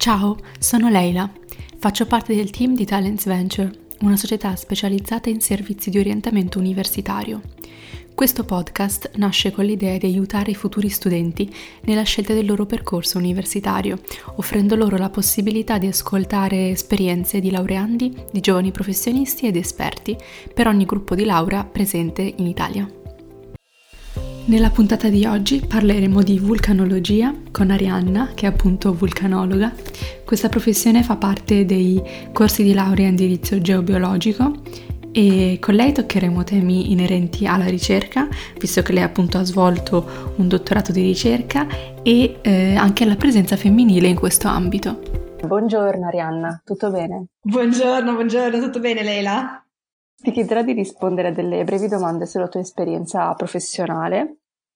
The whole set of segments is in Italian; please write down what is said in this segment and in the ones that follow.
Ciao, sono Leila. Faccio parte del team di Talents Venture, una società specializzata in servizi di orientamento universitario. Questo podcast nasce con l'idea di aiutare i futuri studenti nella scelta del loro percorso universitario, offrendo loro la possibilità di ascoltare esperienze di laureandi, di giovani professionisti ed esperti per ogni gruppo di laurea presente in Italia. Nella puntata di oggi parleremo di vulcanologia con Arianna, che è appunto vulcanologa. Questa professione fa parte dei corsi di laurea in indirizzo geobiologico e con lei toccheremo temi inerenti alla ricerca, visto che lei appunto ha svolto un dottorato di ricerca e anche alla presenza femminile in questo ambito. Buongiorno Arianna, tutto bene? Buongiorno, tutto bene Leila? Ti chiederò di rispondere a delle brevi domande sulla tua esperienza professionale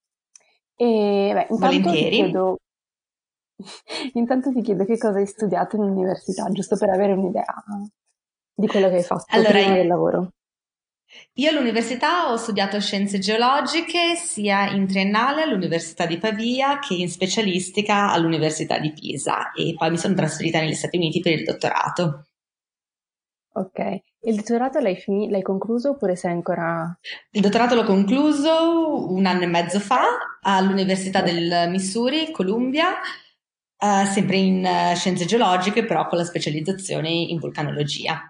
e Volentieri. Intanto ti chiedo che cosa hai studiato in università, giusto per avere un'idea di quello che hai fatto prima del lavoro. Io all'università ho studiato scienze geologiche sia in triennale all'Università di Pavia che in specialistica all'Università di Pisa e poi mi sono trasferita negli Stati Uniti per il dottorato. Ok, il dottorato l'hai concluso oppure sei ancora... Il dottorato l'ho concluso 1 anno e mezzo fa all'Università del Missouri, Columbia, sempre in scienze geologiche, però con la specializzazione in vulcanologia.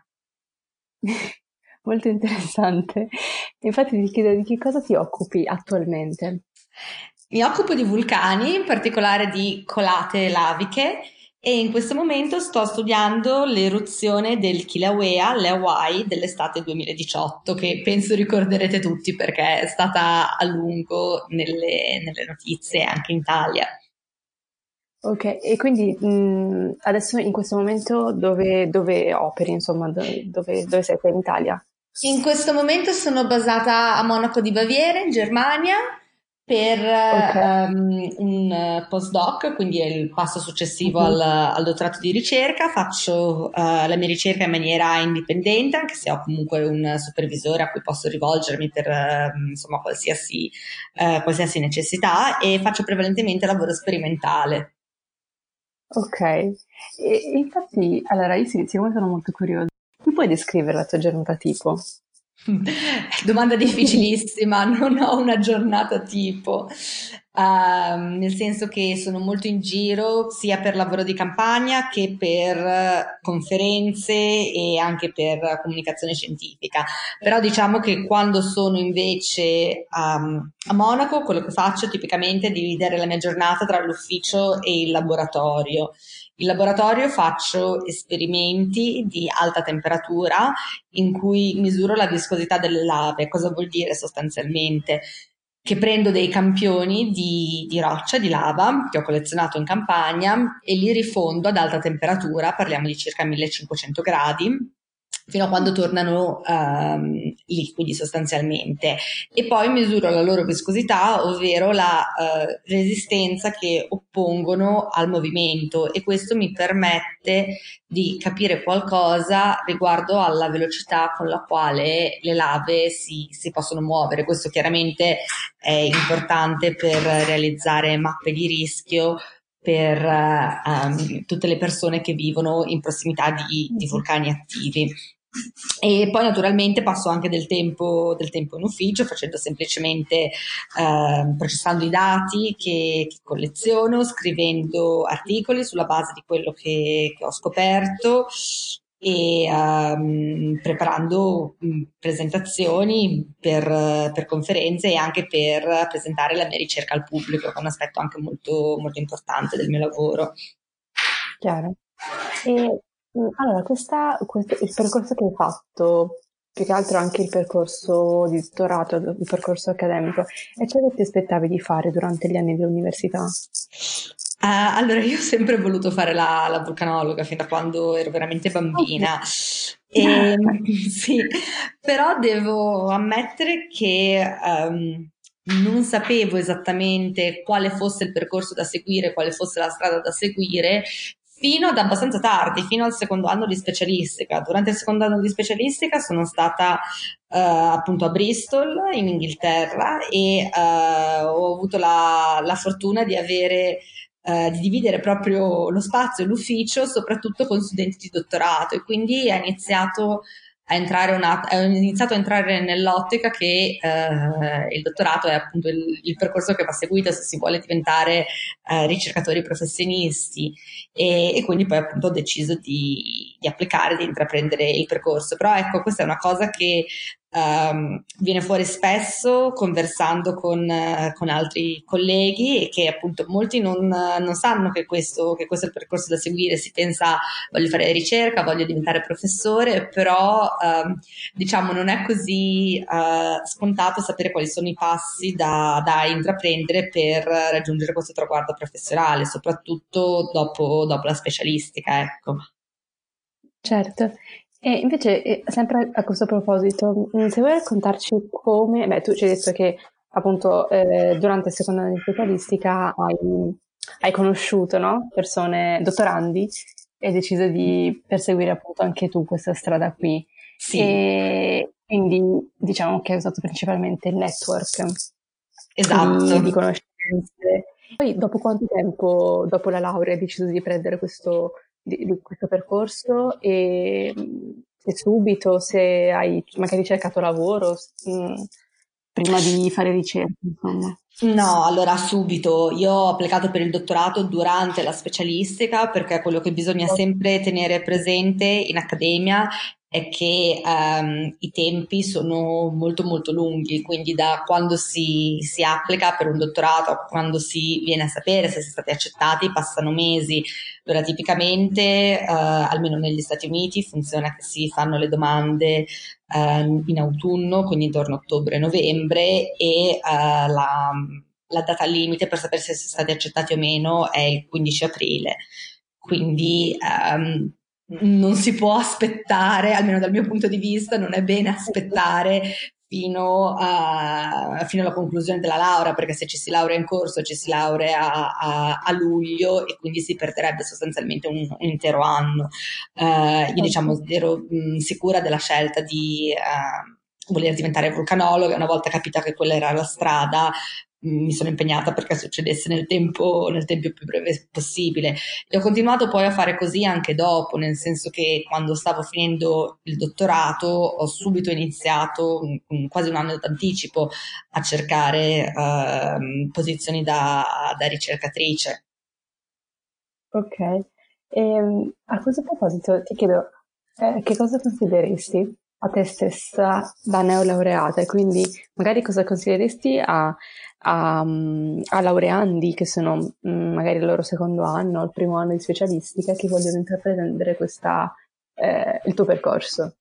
Molto interessante. Infatti ti chiedo di che cosa ti occupi attualmente. Mi occupo di vulcani, in particolare di colate laviche, e in questo momento sto studiando l'eruzione del Kilauea, alle Hawaii, dell'estate 2018, che penso ricorderete tutti perché è stata a lungo nelle notizie anche in Italia. Ok, e quindi adesso in questo momento dove operi, insomma, dove sei in Italia? In questo momento sono basata a Monaco di Baviera, in Germania, per un postdoc, quindi è il passo successivo al dottorato di ricerca. Faccio la mia ricerca in maniera indipendente, anche se ho comunque un supervisore a cui posso rivolgermi per insomma qualsiasi necessità, e faccio prevalentemente lavoro sperimentale. Ok, e infatti, allora io siccome sono molto curiosa, mi puoi descrivere la tua giornata tipo? Domanda difficilissima, non ho una giornata tipo, nel senso che sono molto in giro sia per lavoro di campagna che per conferenze e anche per comunicazione scientifica, però diciamo che quando sono invece a Monaco, quello che faccio tipicamente è dividere la mia giornata tra l'ufficio e il laboratorio. In laboratorio faccio esperimenti di alta temperatura in cui misuro la viscosità delle lave. Cosa vuol dire sostanzialmente? Che prendo dei campioni di roccia, di lava, che ho collezionato in campagna e li rifondo ad alta temperatura, parliamo di circa 1500 gradi, fino a quando tornano liquidi sostanzialmente, e poi misuro la loro viscosità, ovvero la resistenza che oppongono al movimento, e questo mi permette di capire qualcosa riguardo alla velocità con la quale le lave si possono muovere. Questo chiaramente è importante per realizzare mappe di rischio per tutte le persone che vivono in prossimità di vulcani attivi. E poi naturalmente passo anche del tempo in ufficio facendo semplicemente processando i dati che colleziono, scrivendo articoli sulla base di quello che ho scoperto e preparando presentazioni per conferenze e anche per presentare la mia ricerca al pubblico, che è un aspetto anche molto, molto importante del mio lavoro. Chiaro. E allora, il percorso che hai fatto, più che altro anche il percorso di dottorato, il percorso accademico, è ciò che ti aspettavi di fare durante gli anni dell'università? Allora, io ho sempre voluto fare la vulcanologa fin da quando ero veramente bambina. Sì, però devo ammettere che non sapevo esattamente quale fosse il percorso da seguire, quale fosse la strada da seguire, fino ad abbastanza tardi, fino al secondo anno di specialistica. Durante il secondo anno di specialistica sono stata appunto a Bristol in Inghilterra e ho avuto la fortuna di avere di dividere proprio lo spazio, l'ufficio, soprattutto con studenti di dottorato, e quindi ho iniziato a entrare nell'ottica che il dottorato è appunto il percorso che va seguito se si vuole diventare ricercatori professionisti, e quindi poi appunto ho deciso di applicare, di intraprendere il percorso. Però ecco, questa è una cosa che viene fuori spesso conversando con altri colleghi, e che appunto molti non sanno che questo è il percorso da seguire. Si pensa: voglio fare ricerca, voglio diventare professore, però diciamo non è così scontato sapere quali sono i passi da intraprendere per raggiungere questo traguardo professionale, soprattutto dopo la specialistica, ecco. Certo. E invece, sempre a questo proposito, se vuoi raccontarci come, beh, tu ci hai detto che appunto durante il secondo anno di specialistica hai conosciuto, no? Persone, dottorandi, e hai deciso di perseguire appunto anche tu questa strada qui. Sì, E quindi diciamo che hai usato principalmente il network di esatto. conoscenze. Poi dopo quanto tempo, dopo la laurea, hai deciso di prendere di questo percorso, e se subito, se hai magari cercato lavoro prima di fare ricerca, insomma. No, allora subito. Io ho applicato per il dottorato durante la specialistica, perché quello che bisogna sempre tenere presente in accademia è che i tempi sono molto molto lunghi, quindi da quando si applica per un dottorato a quando si viene a sapere se si è stati accettati passano mesi. Allora tipicamente, almeno negli Stati Uniti, funziona che si fanno le domande in autunno, quindi intorno a ottobre-novembre, e la data limite per sapere se siete stati accettati o meno è il 15 aprile. Quindi non si può aspettare, almeno dal mio punto di vista, non è bene aspettare fino alla conclusione della laurea, perché se ci si laurea in corso ci si laurea a luglio, e quindi si perderebbe sostanzialmente un intero anno. Io diciamo ero sicura della scelta di voler diventare vulcanologa. Una volta capita che quella era la strada, mi sono impegnata perché succedesse nel tempo più breve possibile, e ho continuato poi a fare così anche dopo, nel senso che quando stavo finendo il dottorato ho subito iniziato, quasi un anno d'anticipo, a cercare posizioni da ricercatrice. Ok. A questo proposito ti chiedo, che cosa consideresti a te stessa da neolaureata, e quindi magari cosa consideresti a laureandi che sono magari il loro secondo anno o il primo anno di specialistica, che vogliono intraprendere il tuo percorso?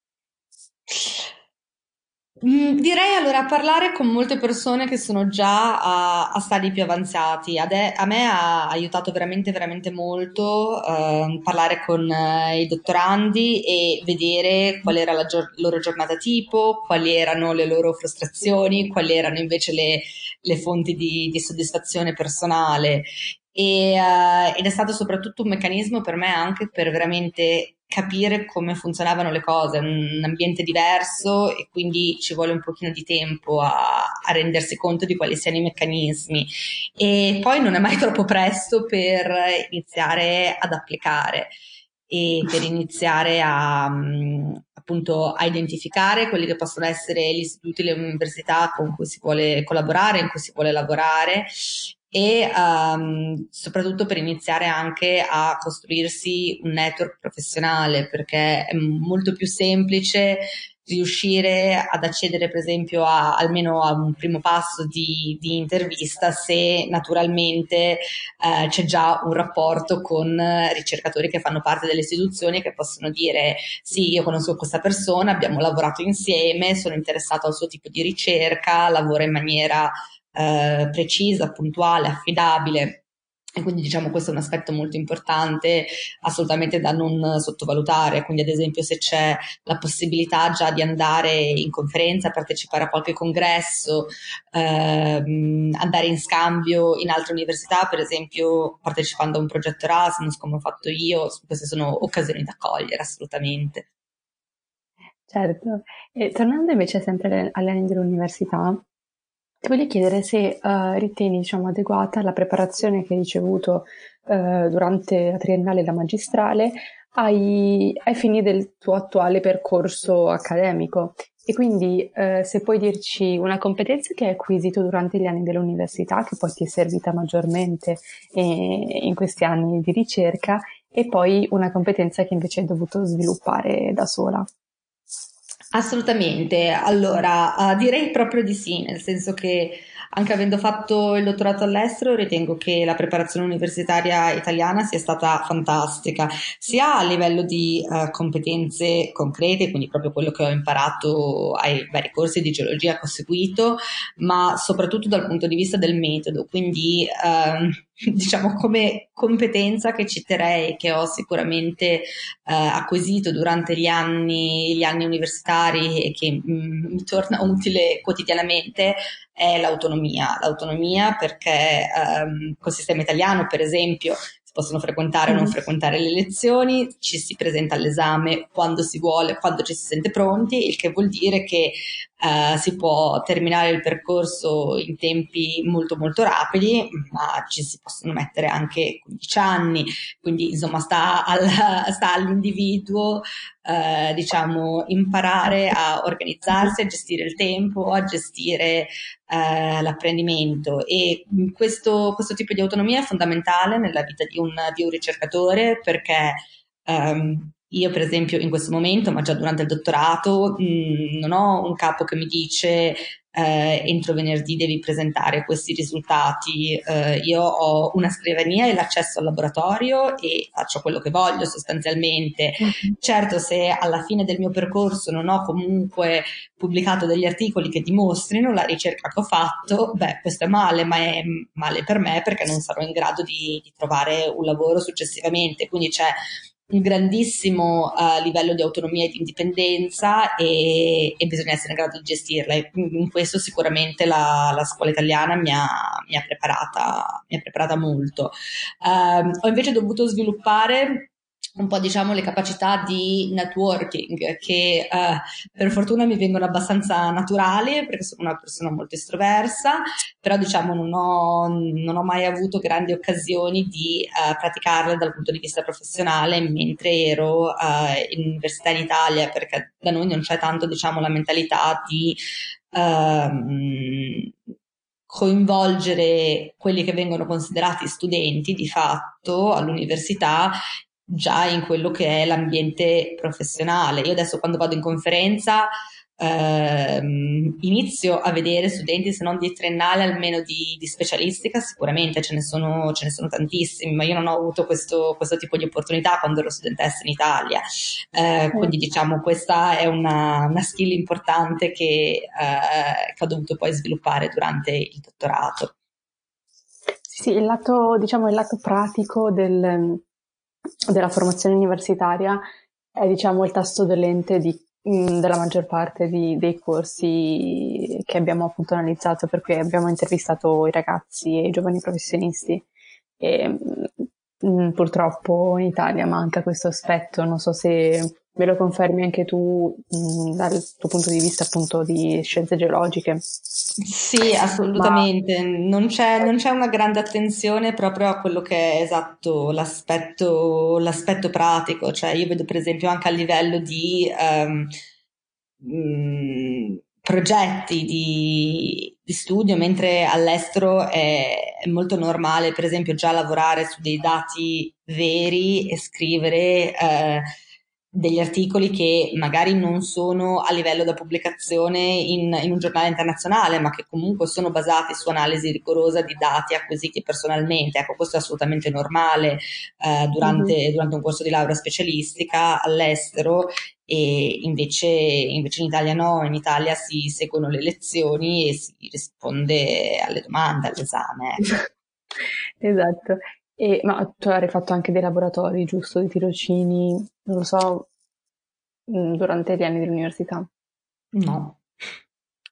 Direi allora parlare con molte persone che sono già a stadi più avanzati. A me ha aiutato veramente, veramente molto parlare con i dottorandi e vedere qual era loro giornata tipo, quali erano le loro frustrazioni, quali erano invece le fonti di soddisfazione personale. Ed è stato soprattutto un meccanismo per me anche per veramente capire come funzionavano le cose. È un ambiente diverso, e quindi ci vuole un pochino di tempo a rendersi conto di quali siano i meccanismi, e poi non è mai troppo presto per iniziare ad applicare e per iniziare appunto a identificare quelli che possono essere gli istituti, le università con cui si vuole collaborare, in cui si vuole lavorare, e soprattutto per iniziare anche a costruirsi un network professionale, perché è molto più semplice riuscire ad accedere per esempio almeno a un primo passo di intervista se naturalmente c'è già un rapporto con ricercatori che fanno parte delle istituzioni, che possono dire: sì, io conosco questa persona, abbiamo lavorato insieme, sono interessato al suo tipo di ricerca, lavora in maniera precisa, puntuale, affidabile. E quindi diciamo questo è un aspetto molto importante, assolutamente da non sottovalutare. Quindi ad esempio se c'è la possibilità già di andare in conferenza, partecipare a qualche congresso, andare in scambio in altre università, per esempio partecipando a un progetto Erasmus come ho fatto io, queste sono occasioni da cogliere assolutamente. Certo. E tornando invece sempre agli anni dell'università, Ti voglio chiedere se ritieni, diciamo, adeguata la preparazione che hai ricevuto durante la triennale e la magistrale ai fini del tuo attuale percorso accademico. E quindi se puoi dirci una competenza che hai acquisito durante gli anni dell'università, che poi ti è servita maggiormente in questi anni di ricerca, e poi una competenza che invece hai dovuto sviluppare da sola. Assolutamente, allora direi proprio di sì, nel senso che anche avendo fatto il dottorato all'estero ritengo che la preparazione universitaria italiana sia stata fantastica, sia a livello di competenze concrete, quindi proprio quello che ho imparato ai vari corsi di geologia che ho seguito, ma soprattutto dal punto di vista del metodo, quindi diciamo come competenza che citerei, che ho sicuramente acquisito durante gli anni universitari e che mi torna utile quotidianamente è l'autonomia. L'autonomia perché col sistema italiano, per esempio, si possono frequentare o non frequentare le lezioni, ci si presenta all'esame quando si vuole, quando ci si sente pronti, il che vuol dire che si può terminare il percorso in tempi molto molto rapidi, ma ci si possono mettere anche 15 anni, quindi insomma sta all'individuo diciamo imparare a organizzarsi, a gestire il tempo, a gestire l'apprendimento e questo tipo di autonomia è fondamentale nella vita di un ricercatore perché io per esempio in questo momento, ma già durante il dottorato, non ho un capo che mi dice entro venerdì devi presentare questi risultati, io ho una scrivania e l'accesso al laboratorio e faccio quello che voglio sostanzialmente. Certo, se alla fine del mio percorso non ho comunque pubblicato degli articoli che dimostrino la ricerca che ho fatto, beh, questo è male, ma è male per me perché non sarò in grado di trovare un lavoro successivamente, quindi c'è un grandissimo livello di autonomia e di indipendenza e bisogna essere in grado di gestirla. E in questo sicuramente la scuola italiana mi ha preparata molto. Ho invece dovuto sviluppare un po' diciamo le capacità di networking che per fortuna mi vengono abbastanza naturali perché sono una persona molto estroversa, però diciamo non ho mai avuto grandi occasioni di praticarle dal punto di vista professionale mentre ero in università in Italia, perché da noi non c'è tanto diciamo la mentalità di coinvolgere quelli che vengono considerati studenti di fatto all'università già in quello che è l'ambiente professionale. Io adesso quando vado in conferenza inizio a vedere studenti, se non di triennale, almeno di specialistica, sicuramente ce ne sono tantissimi, ma io non ho avuto questo tipo di opportunità quando ero studentessa in Italia. Quindi diciamo questa è una skill importante che ho dovuto poi sviluppare durante il dottorato. Sì, diciamo, il lato pratico della formazione universitaria è, diciamo, il tasto dolente della maggior parte dei corsi che abbiamo appunto analizzato, per cui abbiamo intervistato i ragazzi e i giovani professionisti. E, purtroppo in Italia manca questo aspetto, non so se me lo confermi anche tu dal tuo punto di vista appunto di scienze geologiche. Sì, assolutamente. Non c'è una grande attenzione proprio a quello che è esatto l'aspetto pratico. Cioè, io vedo per esempio anche a livello di progetti di studio, mentre all'estero è molto normale, per esempio, già lavorare su dei dati veri e scrivere degli articoli che magari non sono a livello da pubblicazione in un giornale internazionale, ma che comunque sono basati su analisi rigorosa di dati acquisiti personalmente. Ecco, questo è assolutamente normale durante un corso di laurea specialistica all'estero. E invece in Italia no, in Italia si seguono le lezioni e si risponde alle domande, all'esame. Esatto. Ma tu hai fatto anche dei laboratori, giusto, di tirocini, non lo so, durante gli anni dell'università? No.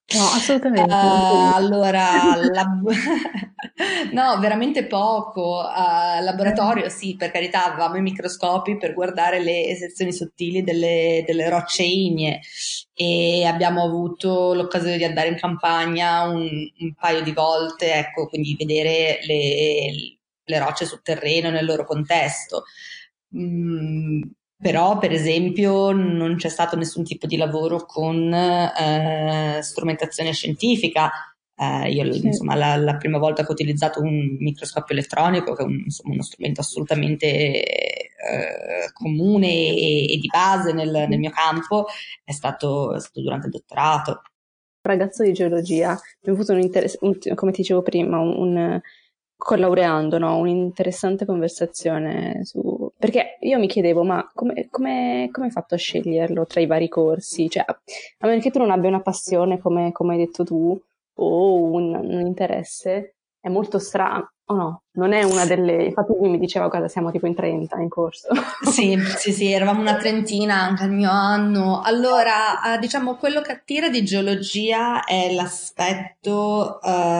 No, assolutamente. Allora, no, veramente poco. Laboratorio, sì, per carità, avevamo i microscopi per guardare le sezioni sottili delle rocce ignee e abbiamo avuto l'occasione di andare in campagna un paio di volte, ecco, quindi vedere le rocce sul terreno nel loro contesto. Mm, però, per esempio, non c'è stato nessun tipo di lavoro con strumentazione scientifica. Io, Sì. insomma, la prima volta che ho utilizzato un microscopio elettronico, che è insomma, uno strumento assolutamente comune e di base nel mio campo, è stato durante il dottorato. Ragazzo di geologia, abbiamo avuto come ti dicevo prima, collaureando, no? Un'interessante conversazione perché io mi chiedevo, ma come hai fatto a sceglierlo tra i vari corsi? Cioè, a meno che tu non abbia una passione, come hai detto tu, o un interesse, è molto strano, o no? Non è una delle... Infatti lui mi diceva, guarda, siamo tipo in 30 in corso. Sì, sì, sì, eravamo una trentina anche al mio anno. Allora, diciamo, quello che attira di geologia è l'aspetto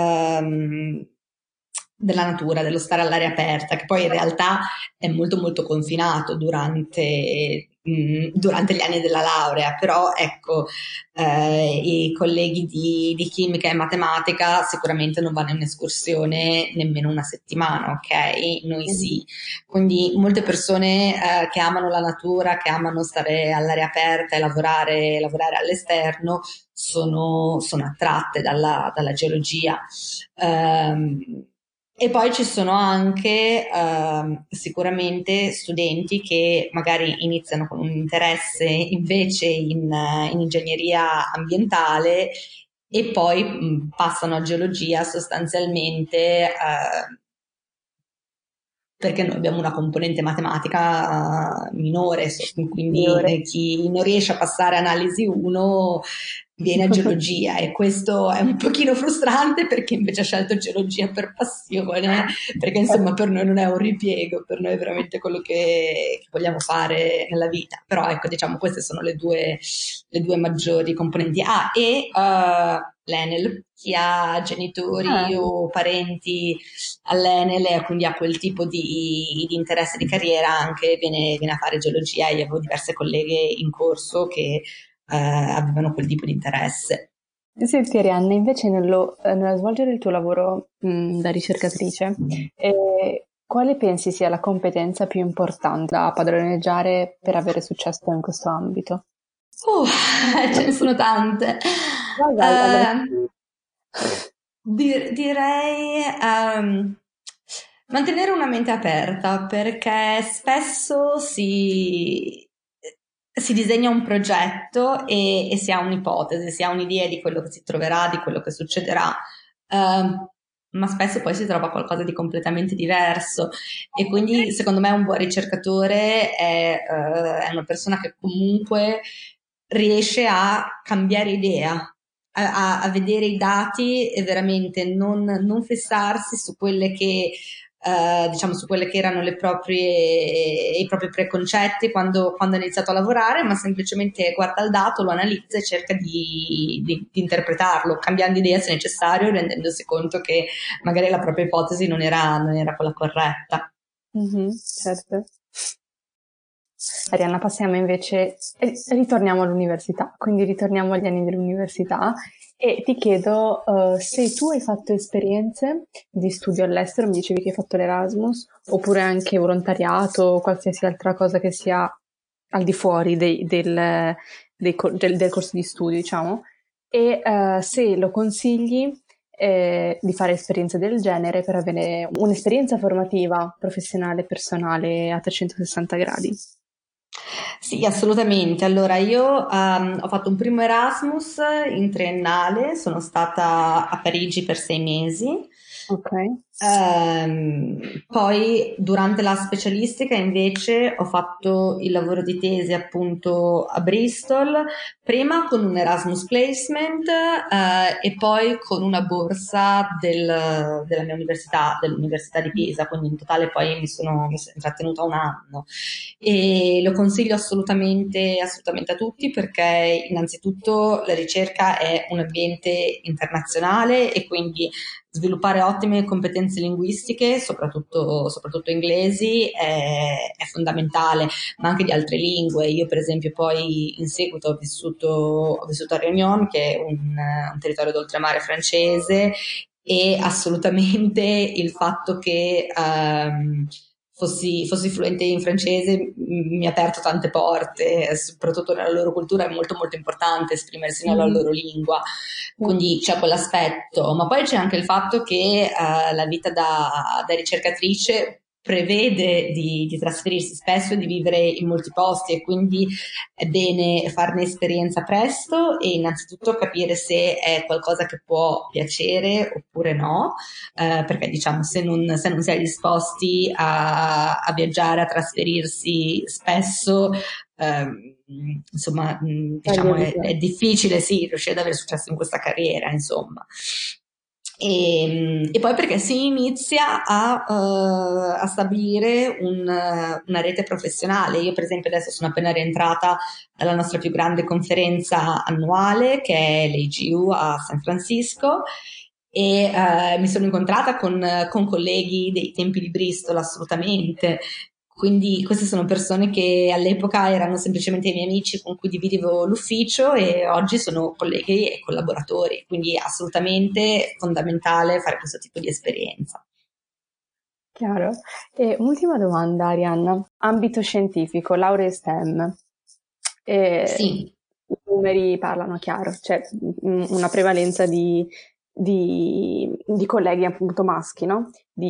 della natura, dello stare all'aria aperta, che poi in realtà è molto molto confinato durante gli anni della laurea, però ecco, i colleghi di chimica e matematica sicuramente non vanno in escursione nemmeno una settimana, ok? Noi sì. Quindi molte persone che amano la natura, che amano stare all'aria aperta e lavorare all'esterno, sono attratte dalla geologia. E poi ci sono anche sicuramente studenti che magari iniziano con un interesse invece in ingegneria ambientale e poi passano a geologia sostanzialmente perché noi abbiamo una componente matematica minore, quindi Migliore. chi non riesce a passare analisi 1 viene a geologia e questo è un pochino frustrante perché invece ha scelto geologia per passione, perché insomma per noi non è un ripiego, per noi è veramente quello che vogliamo fare nella vita. Però ecco, diciamo, queste sono le due maggiori componenti. L'Enel, chi ha Ah, genitori o parenti all'Enel e quindi ha quel tipo di interesse di carriera anche viene a fare geologia. Io avevo diverse colleghe in corso che avevano quel tipo di interesse. senti Arianna, invece nello svolgere il tuo lavoro da ricercatrice, quale pensi sia la competenza più importante da padroneggiare per avere successo in questo ambito? Ce ne sono tante. Vai, vai, Eh, direi mantenere una mente aperta perché spesso si disegna un progetto e si ha un'ipotesi, si ha un'idea di quello che si troverà, di quello che succederà, ma spesso poi si trova qualcosa di completamente diverso e quindi secondo me un buon ricercatore è una persona che comunque riesce a cambiare idea a vedere i dati e veramente non fissarsi su quelle che, diciamo, su quelle che erano i propri preconcetti quando ha iniziato a lavorare, ma semplicemente guarda il dato, lo analizza e cerca di interpretarlo, cambiando idea se necessario, rendendosi conto che magari la propria ipotesi non era quella corretta. Mhm, certo. Arianna, passiamo invece, ritorniamo all'università, quindi ritorniamo agli anni dell'università e ti chiedo se tu hai fatto esperienze di studio all'estero, mi dicevi che hai fatto l'Erasmus, oppure anche volontariato o qualsiasi altra cosa che sia al di fuori del corso di studio, diciamo, e se lo consigli di fare esperienze del genere per avere un'esperienza formativa, professionale, personale a 360 gradi. Sì, assolutamente. Allora, io ho fatto un primo Erasmus in triennale, sono stata a Parigi per 6 mesi Ok. Poi durante la specialistica invece ho fatto il lavoro di tesi appunto a Bristol, prima con un Erasmus Placement e poi con una borsa della mia università, dell'Università di Pisa, quindi in totale poi mi sono intrattenuta un anno e lo consiglio assolutamente a tutti perché innanzitutto la ricerca è un ambiente internazionale e quindi sviluppare ottime competenze linguistiche, soprattutto inglesi, è fondamentale, ma anche di altre lingue. Io per esempio poi in seguito ho vissuto a Réunion, che è un territorio d'oltremare francese, e assolutamente il fatto che fossi fluente in francese mi ha aperto tante porte, soprattutto nella loro cultura è molto molto importante esprimersi nella Mhm. loro lingua, Sì. quindi c'è quell'aspetto, ma poi c'è anche il fatto che la vita da ricercatrice prevede di trasferirsi spesso e di vivere in molti posti e quindi è bene farne esperienza presto e innanzitutto capire se è qualcosa che può piacere oppure no, perché diciamo se non si è disposti a viaggiare, a trasferirsi spesso, insomma, Meglio diciamo è evitare. difficile, sì, riuscire ad avere successo in questa carriera, insomma. E poi perché si inizia a stabilire una rete professionale. Io, per esempio, adesso sono appena rientrata dalla nostra più grande conferenza annuale, che è l'AGU a San Francisco, e mi sono incontrata con colleghi dei tempi di Bristol, assolutamente. Quindi queste sono persone che all'epoca erano semplicemente i miei amici con cui dividevo l'ufficio e oggi sono colleghi e collaboratori, quindi è assolutamente fondamentale fare questo tipo di esperienza. Chiaro. E un'ultima domanda, Arianna. Ambito scientifico, laurea STEM. Sì. I numeri parlano chiaro, c'è una prevalenza di colleghi appunto maschi, no?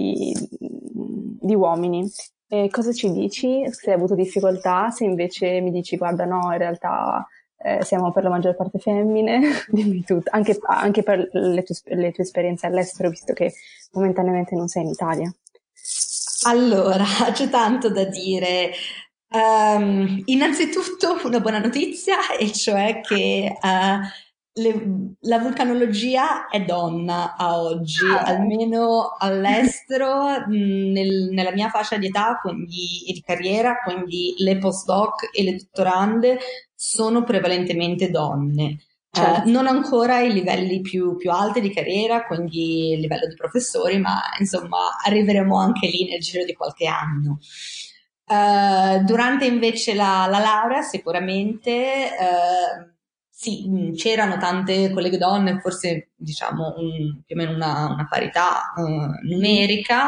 Di uomini. E cosa ci dici? Se hai avuto difficoltà, se invece mi dici guarda no, in realtà siamo per la maggior parte femmine, dimmi tutto, anche per le tue esperienze all'estero, visto che momentaneamente non sei in Italia. Allora, c'è tanto da dire. Innanzitutto una buona notizia, e cioè che la vulcanologia è donna a oggi, Ah, almeno all'estero, nella mia fascia di età quindi, e di carriera, quindi le postdoc e le dottorande sono prevalentemente donne. certo. Non ancora ai livelli più alti di carriera, quindi il livello di professori, ma insomma arriveremo anche lì nel giro di qualche anno. Durante invece la laurea, sicuramente sì, c'erano tante colleghe donne, forse diciamo più o meno una parità Mhm. numerica,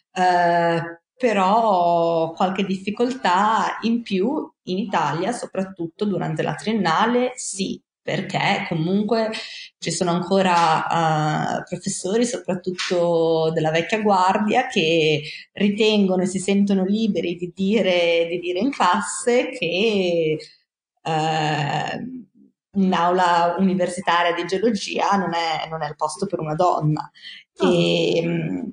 però qualche difficoltà in più in Italia, soprattutto durante la triennale, sì, perché comunque ci sono ancora professori, soprattutto della vecchia guardia, che ritengono e si sentono liberi di dire in classe che un'aula universitaria di geologia non è il posto per una donna. Ah, E,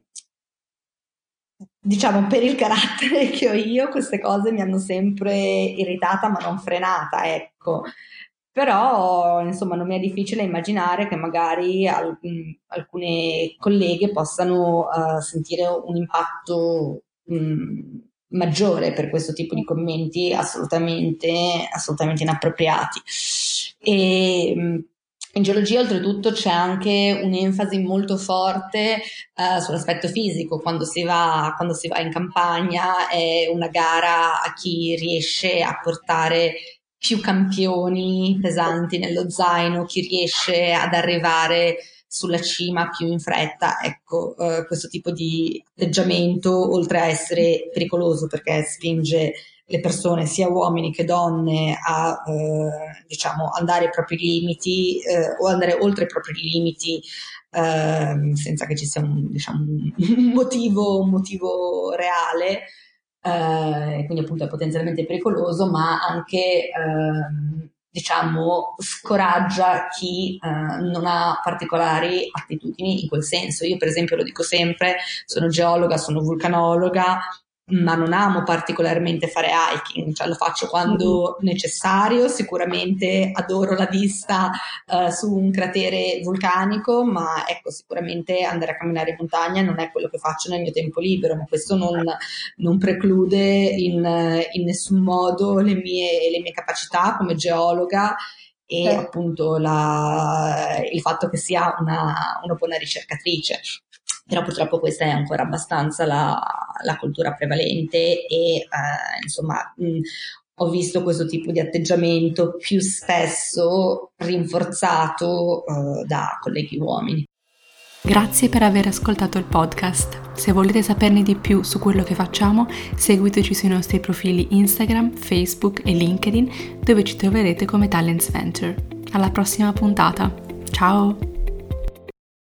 diciamo, per il carattere che ho io, queste cose mi hanno sempre irritata, ma non frenata, ecco. Però, insomma, non mi è difficile immaginare che magari alcune colleghe possano sentire un impatto maggiore per questo tipo di commenti assolutamente inappropriati. E in geologia, oltretutto, c'è anche un'enfasi molto forte sull'aspetto fisico, quando si va in campagna è una gara a chi riesce a portare più campioni pesanti nello zaino, chi riesce ad arrivare sulla cima più in fretta. Ecco, questo tipo di atteggiamento, oltre a essere pericoloso perché spinge le persone, sia uomini che donne, a diciamo andare ai propri limiti o andare oltre i propri limiti senza che ci sia diciamo, un motivo reale, quindi appunto è potenzialmente pericoloso, ma anche diciamo, scoraggia chi non ha particolari attitudini in quel senso. Io per esempio lo dico sempre, sono geologa, sono vulcanologa, ma non amo particolarmente fare hiking, cioè lo faccio quando necessario, sicuramente adoro la vista su un cratere vulcanico, ma ecco, sicuramente andare a camminare in montagna non è quello che faccio nel mio tempo libero, ma questo non preclude in nessun modo le mie capacità come geologa e appunto il fatto che sia una buona ricercatrice. Però purtroppo questa è ancora abbastanza la cultura prevalente e insomma ho visto questo tipo di atteggiamento più spesso rinforzato da colleghi uomini. Grazie per aver ascoltato il podcast. Se volete saperne di più su quello che facciamo, seguiteci sui nostri profili Instagram, Facebook e LinkedIn, dove ci troverete come Talents Venture. Alla prossima puntata. Ciao!